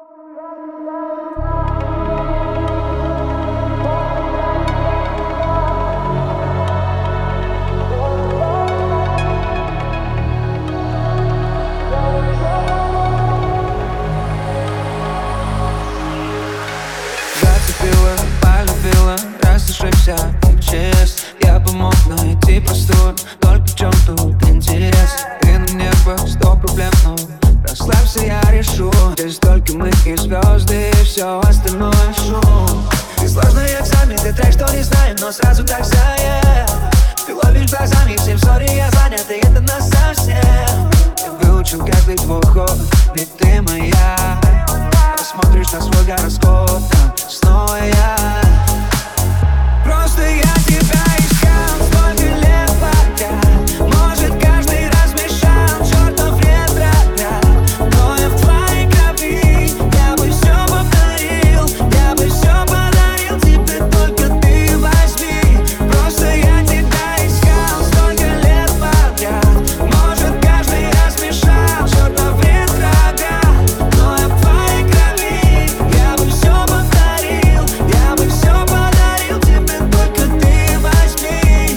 Зацепила, полюбила, раз ошибся, честно. Я помог найти простую, только в чем тут интерес. Ты на небо, 100 проблем, но расслабься, я решу. Здесь только мы и звезды, и все остальное шум. Ты сложный экзамен, ты трек, что не знаем, но сразу так заел. Ты ловишь глазами, всем сори, я занят, и это насовсем. Я выучил каждый твой ход, ведь ты моя. Смотришь на свой гороскоп, там снова я. Просто я тебя искал столько лет подряд. Может, каждый раз мешал чертов ретроград. Но я в твоей крови, я бы все повторил. Я бы все подарил тебе, только ты возьми. Просто я тебя искал столько лет подряд. Может, каждый раз мешал чертов ретроград. Но я в твоей крови, я бы все повторил. Я бы все подарил тебе, только ты возьми.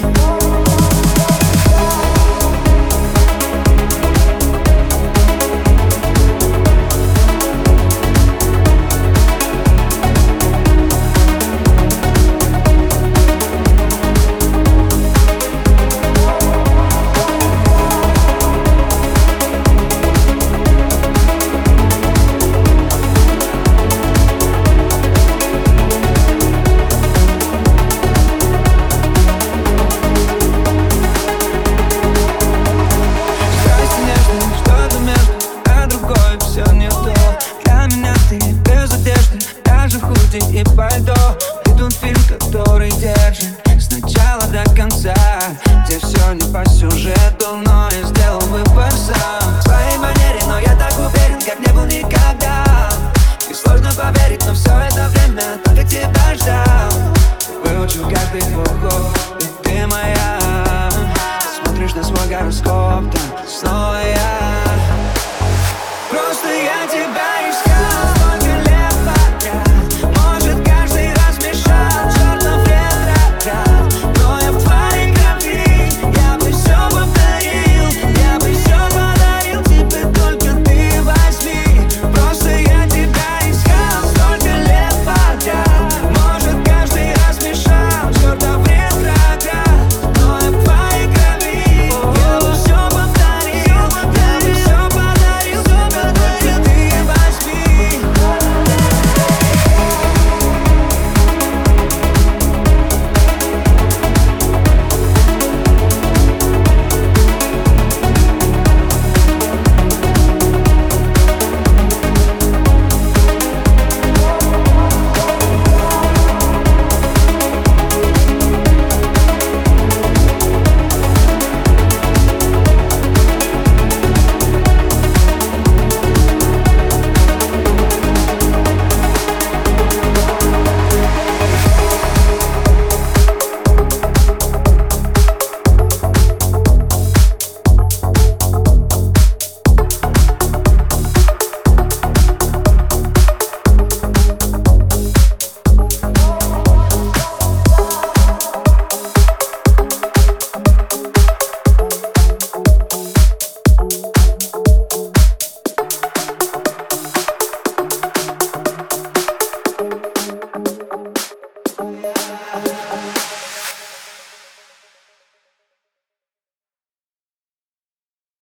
Страсти нежные, что-то между, а другое все не то. Для меня ты без одежды, даже в худи и пальто. Ты тот фильм, который держит с начала до конца, где все не по сюжету, но я сделал выбор сам. В своей манере, но я так уверен, как не был никогда. И сложно поверить, но все это время только тебя ждал. Выучил каждый твой ход, ведь ты моя. Смотришь на свой гороскоп, там снова я. Просто я тебя искал столько лет подряд. Может, каждый раз мешал чертов ретроград. Но я в твоей крови, я бы все повторил. Я бы все подарил тебе, только ты возьми. Просто я тебя искал столько лет подряд. Может, каждый раз мешал чертов ретроград. Но я в твоей крови, я бы все повторил. Я бы все подарил тебе, только ты возьми.